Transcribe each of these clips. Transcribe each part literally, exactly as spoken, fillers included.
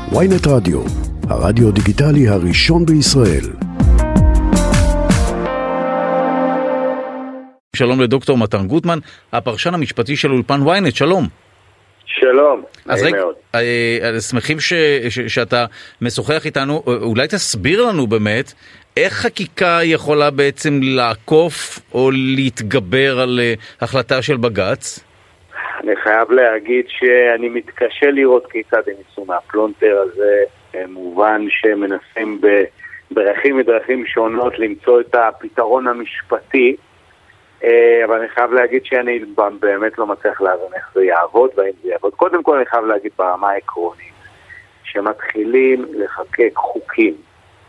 וויינט רדיו, הרדיו דיגיטלי הראשון בישראל. שלום לדוקטור מתן גוטמן, הפרשן המשפטי של אולפן וויינט, שלום. שלום, נעים מאוד. אז שמחים ש, ש, שאתה משוחח איתנו, אולי תסביר לנו באמת איך חקיקה יכולה בעצם לעקוף או להתגבר על החלטה של בג"ץ? אני חייב להגיד שאני מתקשה לראות כיצד הם יצאו מהפלונטר הזה, מובן שמנסים בדרכים ודרכים שונות למצוא את הפתרון המשפטי, אבל אני חייב להגיד שאני באמת לא מצליח להבין איך זה יעבוד והאם זה יעבוד. קודם כל אני חייב להגיד ברמה העקרונית, שמתחילים לחקק חוקים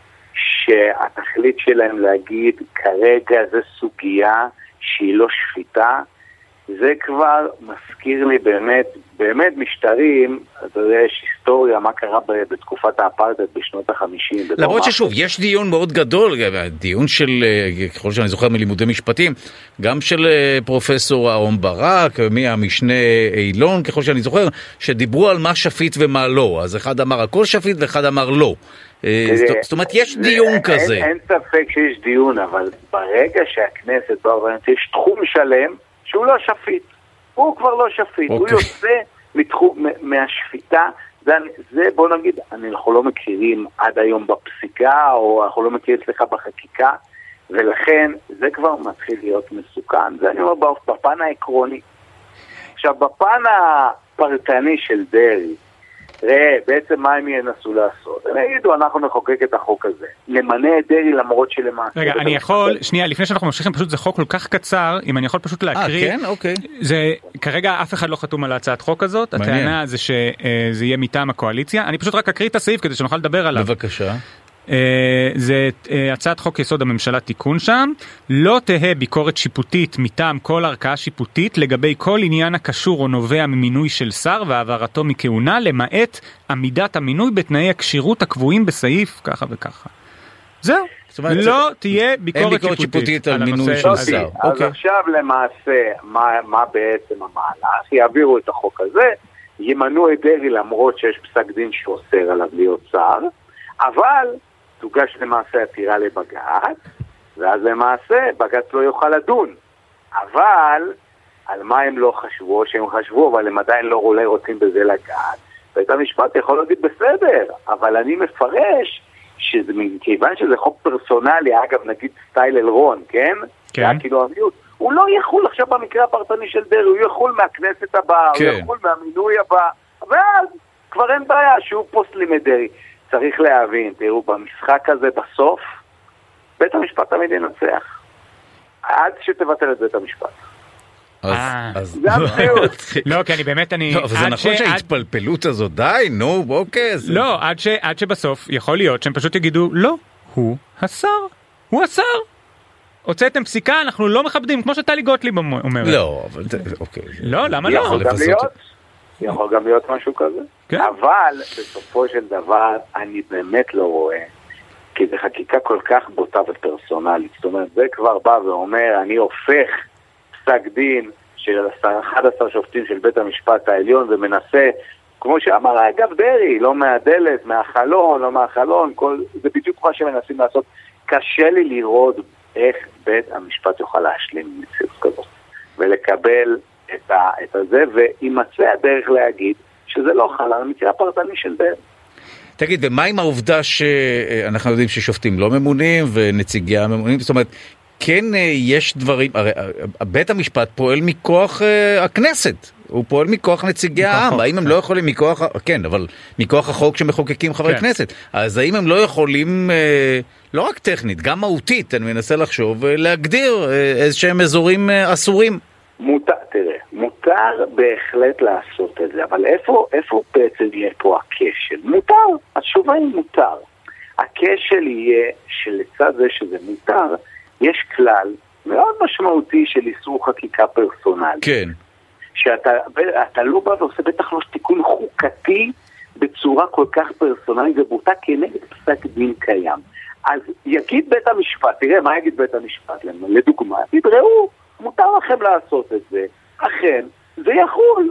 שהתכלית שלהם להגיד כרגע זה סוגיה שהיא לא שפיטה, זה כבר מזכיר לי באמת, באמת משטרים, אתה יודע, יש היסטוריה, מה קרה בתקופת האפרטהייד בשנות החמישים. למרות ששוב, יש דיון מאוד גדול, דיון של, ככל שאני זוכר מלימודי משפטים, גם של פרופסור אהרון ברק, מהמשנה אילון, ככל שאני זוכר, שדיברו על מה שפיט ומה לא. אז אחד אמר הכל שפיט ואחד אמר לא. זאת אומרת, יש דיון כזה. אין ספק שיש דיון, אבל ברגע שהכנסת באה ואומרת, יש תחום שלם, שהוא לא שפיט, הוא כבר לא שפיט, okay. הוא יוצא מתחום, מהשפיטה, זה, זה בוא נגיד, אנחנו לא מכירים עד היום בפסיקה, או אנחנו לא מכירים אצלך בחקיקה, ולכן זה כבר מתחיל להיות מסוכן, זה אני אומר בפן העקרוני. עכשיו, בפן הפרטני של דרי, ראה, בעצם מה הם ינסו לעשות? הם יגידו, אנחנו נחוקק את החוק הזה. למנה את דרי למרות שלמעשה... רגע, אני יכול, שנייה, לפני שאנחנו ממשיכים, פשוט זה חוק כל כך קצר, אם אני יכול פשוט להקריא... אה, כן? אוקיי. זה, כרגע אף אחד לא חתום על הצעת חוק הזאת, הטענה זה שזה יהיה מטעם הקואליציה, אני פשוט רק אקריא את הסעיף כדי שנוכל לדבר עליו. בבקשה. זה הצעת חוק יסוד הממשלה תיקון שם, לא תהה ביקורת שיפוטית מטעם כל ערכאה שיפוטית לגבי כל עניין הקשור או נובע ממינוי של שר והעברתו מכהונה, למעט עמידת המינוי בתנאי הקשירות הקבועים בסעיף ככה וככה. זהו, לא תהיה ביקורת שיפוטית על מינוי של שר. אז עכשיו למעשה מה בעצם המהלך? יעבירו את החוק הזה, ימנו את דרי למרות שיש פסק דין שאוסר עליו להיות שר, אבל תוגש למעשה עתירה לבג"ץ, ואז למעשה בג"ץ לא יוכל לדון. אבל על מה הם לא חשבו, שהם חשבו, אבל הם עדיין לא רוצים בזה לגעת. בית המשפט יכול להגיד בסדר, אבל אני מפרש שזה, כיוון שזה חוק פרסונלי, אגב נגיד סטייל אלרון, כן? כן. זה כאילו המיעוט. הוא לא יחול עכשיו במקרה הפרטני של דרי, הוא יחול מהכנסת הבאה, כן. הוא יחול מהמינוי הבא, ואז כבר אין בעיה שהוא פוסלים את דרי. צריך להבין, תראו, במשחק הזה בסוף, בית המשפט תמיד ינצח. עד שתבטל את בית המשפט. זה המציאות. לא, כי אני באמת, אני... לא, אבל זה נכון שההתפלפלות הזאת, די, נו, אוקיי. לא, עד שבסוף יכול להיות שהם פשוט יגידו, לא, הוא השר, הוא השר. הוצאתם פסיקה, אנחנו לא מכבדים, כמו שטלי גוטליב אומרת. לא, אבל אוקיי. לא, למה לא? יכול גם להיות. יכול גם להיות משהו כזה. כן. אבל בסופו של דבר אני באמת לא רואה, כי זה חקיקה כל כך בוטה ופרסונלית. זאת אומרת, זה כבר בא ואומר, אני הופך פסק דין של אחד עשר שופטים של בית המשפט העליון ומנסה, כמו שאמר אגב דרי, לא מהדלת, מהחלון, לא מהחלון, כל, זה בדיוק מה שמנסים לעשות. קשה לי לראות איך בית המשפט יוכל להשלים מציאות כזאת ולקבל את, ה, את הזה, וימצא הדרך להגיד שזה לא חל על המקרה הפרטני של דרך. תגיד, ומה עם העובדה שאנחנו יודעים ששופטים לא ממונים ונציגי הממונים? זאת אומרת, כן יש דברים, הרי בית המשפט פועל מכוח הכנסת, הוא פועל מכוח נציגי העם, האם הם לא יכולים מכוח, כן, אבל מכוח החוק שמחוקקים חברי כנסת, אז האם הם לא יכולים, לא רק טכנית, גם מהותית, אני מנסה לחשוב, להגדיר איזשהם אזורים אסורים? מותר, תראה, מותר בהחלט לעשות את זה, אבל איפה, איפה בעצם יהיה פה הכשל? מותר, התשובה היא מותר. הכשל יהיה שלצד זה שזה מותר, יש כלל מאוד משמעותי של איסור חקיקה פרסונלית. כן. שאתה אתה לא בא ועושה בטח לא תיקון חוקתי בצורה כל כך פרסונלית ובוטה כנגד פסק דין קיים. אז יגיד בית המשפט, תראה מה יגיד בית המשפט, לדוגמה, תדראו, מותר לכם לעשות את זה, אכן, זה יחול,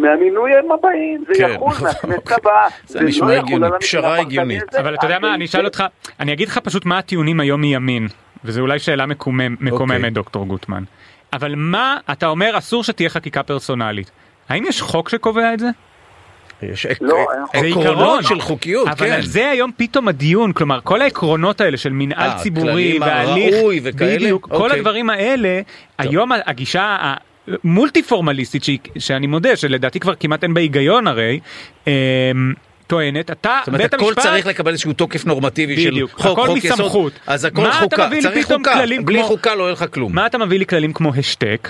מהמינויים הבאים, זה יחול מהכנסת הבאה. זה נשמע הגיוני, פשרה הגיונית. אבל אתה יודע מה, אני אשאל אותך, אני אגיד לך פשוט מה הטיעונים היום מימין, וזו אולי שאלה מקוממת, דוקטור גוטמן. אבל מה, אתה אומר, אסור שתהיה חקיקה פרסונלית. האם יש חוק שקובע את זה? יש עקרונות של חוקיות, אבל על זה היום פתאום הדיון, כלומר, כל העקרונות האלה של מנהל ציבורי והליך, בדיוק, כל הדברים האלה, היום הגישה המולטי פורמליסטית, שאני מודה, שלדעתי כבר כמעט אין בה היגיון הרי, טוענת, אתה, זאת אומרת, הכל צריך לקבל איזשהו תוקף נורמטיבי של חוק, חוק יסוד, אז הכל חוקה, צריך חוקה, בלי חוקה לא יהיה לך כלום. מה אתה מביא לי כללים כמו השטק,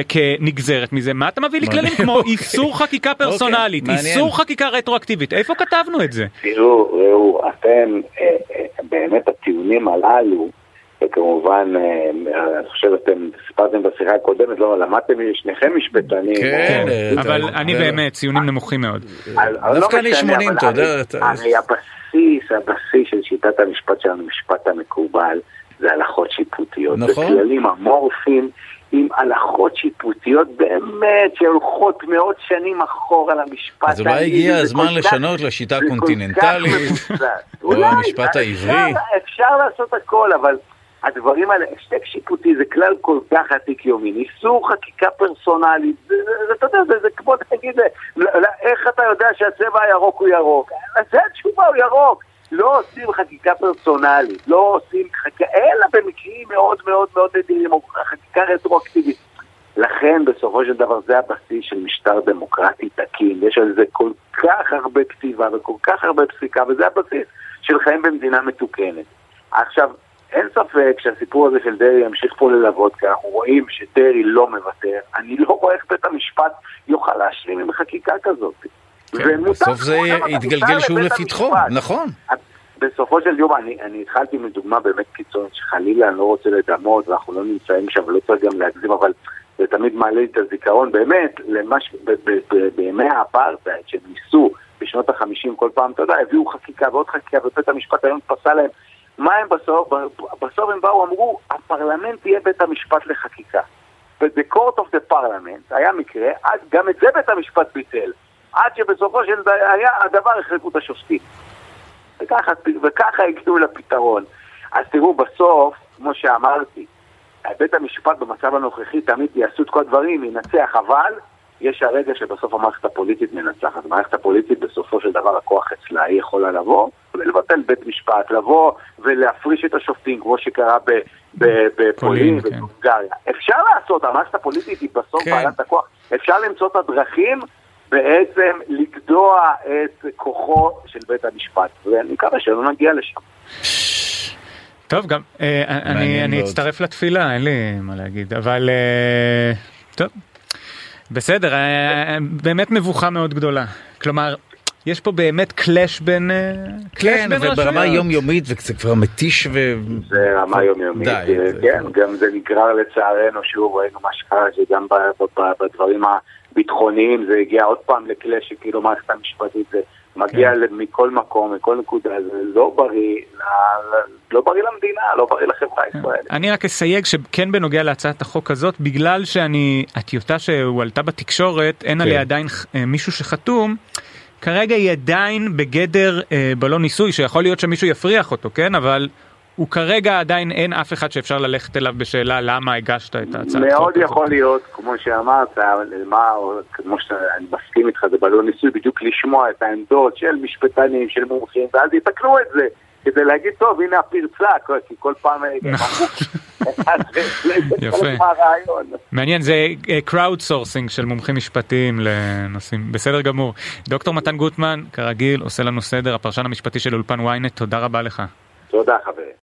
וכנגזרת מזה, מה אתה מביא לי כללים כמו איסור חקיקה פרסונלית, איסור חקיקה רטרואקטיבית, איפה כתבנו את זה? תראו, ראו, אתם, באמת הטיעונים הללו, וכמובן, אני חושב אתם סיפרתם בשיחה הקודמת, לא למדתם שניכם משפטנים. כן, אבל אני באמת, ציונים נמוכים מאוד. דווקא אני שמונים, אתה יודע. הרי הבסיס, הבסיס של שיטת המשפט שלנו, המשפט המקובל, זה הלכות שיפוטיות. זה כללים אמורפיים עם הלכות שיפוטיות באמת שהולכות מאות שנים אחורה למשפט. אז אולי הגיע הזמן לשנות לשיטה הקונטיננטלית, או המשפט העברי. אפשר לעשות הכל, אבל הדברים האלה, השתק שיפוטי זה כלל כל כך עתיק יומין, איסור חקיקה פרסונלית, זה, זה, אתה יודע, זה, זה כמו תגיד, איך אתה יודע שהצבע הירוק הוא ירוק? זה התשובה, הוא ירוק. לא עושים חקיקה פרסונלית, לא עושים חקיקה, אלא במקרים מאוד מאוד מאוד נדירים, או חקיקה רטרואקטיבית. לכן בסופו של דבר זה הבסיס של משטר דמוקרטי תקין, יש על זה כל כך הרבה כתיבה וכל כך הרבה פסיקה, וזה הבסיס של חיים במדינה מתוקנת. עכשיו, אין ספק שהסיפור הזה של דרי ימשיך פה ללוות, כי אנחנו רואים שדרי לא מוותר. אני לא רואה איך בית המשפט יוכל להשלים עם חקיקה כזאת. בסוף זה יתגלגל שוב לפתחו, נכון. בסופו של יום, אני, אני התחלתי מדוגמה באמת קיצונית, שחלילה אני לא רוצה לדמות, ואנחנו לא נמצאים שם, ולא צריך גם להגזים, אבל זה תמיד מעלה את הזיכרון, באמת, למש, ב, ב, ב, בימי האפרטהייד, שניסו בשנות החמישים כל פעם, אתה יודע, הביאו חקיקה ועוד חקיקה, ובית המשפט היום פסל להם, מה הם בסוף? בסוף הם באו, אמרו, הפרלמנט יהיה בית המשפט לחקיקה. ב-The Court of the Parliament היה מקרה, עד, גם את זה בית המשפט ביטל, עד שבסופו של דבר היה הדבר החלקות השופטים. וככה, וככה הגיעו לפתרון. אז תראו, בסוף, כמו שאמרתי, בית המשפט במצב הנוכחי תמיד יעשו את כל הדברים, ינצח, אבל יש הרגע שבסוף המערכת הפוליטית מנצחת. המערכת הפוליטית בסופו של דבר הכוח אצלה, היא יכולה לבוא ולבטל בית משפט, לבוא ולהפריש את השופטים, כמו שקרה בפולין ובהונגריה. אפשר לעשות, המערכת הפוליטית היא בסוף בעלת הכוח, אפשר למצוא את הדרכים בעצם לגדוע את כוחו של בית המשפט, ואני מקווה שלא נגיע לשם. טוב, גם אני אצטרף לתפילה, אין לי מה להגיד, אבל טוב, בסדר, באמת מבוכה מאוד גדולה. כלומר, יש פה באמת קלאש בין כן, וברמה יומיומית, וזה כבר מתיש ו... זה רמה יומיומית, כן, גם זה נגרר לצערנו, שוב ראינו מה שקרה, שגם בדברים הביטחוניים, זה הגיע עוד פעם לקלאש, שכאילו מערכת המשפטית, זה מגיע מכל מקום, מכל נקודה, זה לא בריא, לא בריא למדינה, לא בריא לחברה הישראלית. אני רק אסייג שכן בנוגע להצעת החוק הזאת, בגלל שאני, הטיוטה שהועלתה בתקשורת, אין עליה עדיין מישהו שחתום, כרגע היא עדיין בגדר אה, בלון ניסוי, שיכול להיות שמישהו יפריח אותו, כן? אבל הוא כרגע עדיין אין אף אחד שאפשר ללכת אליו בשאלה למה הגשת את ההצעת חוק. מאוד יכול הזאת. להיות, כמו שאמרת, מה, כמו שאני מסכים איתך, זה בלון ניסוי, בדיוק לשמוע את העמדות של משפטנים, של מומחים, ואז יתקנו את זה, כדי להגיד, טוב, הנה הפרצה, כי כל פעם... יפה. מעניין, זה crowd sourcing של מומחים משפטיים לנושאים. בסדר גמור. דוקטור מתן גוטמן, כרגיל, עושה לנו סדר, הפרשן המשפטי של אולפן וויינט, תודה רבה לך. תודה חברים.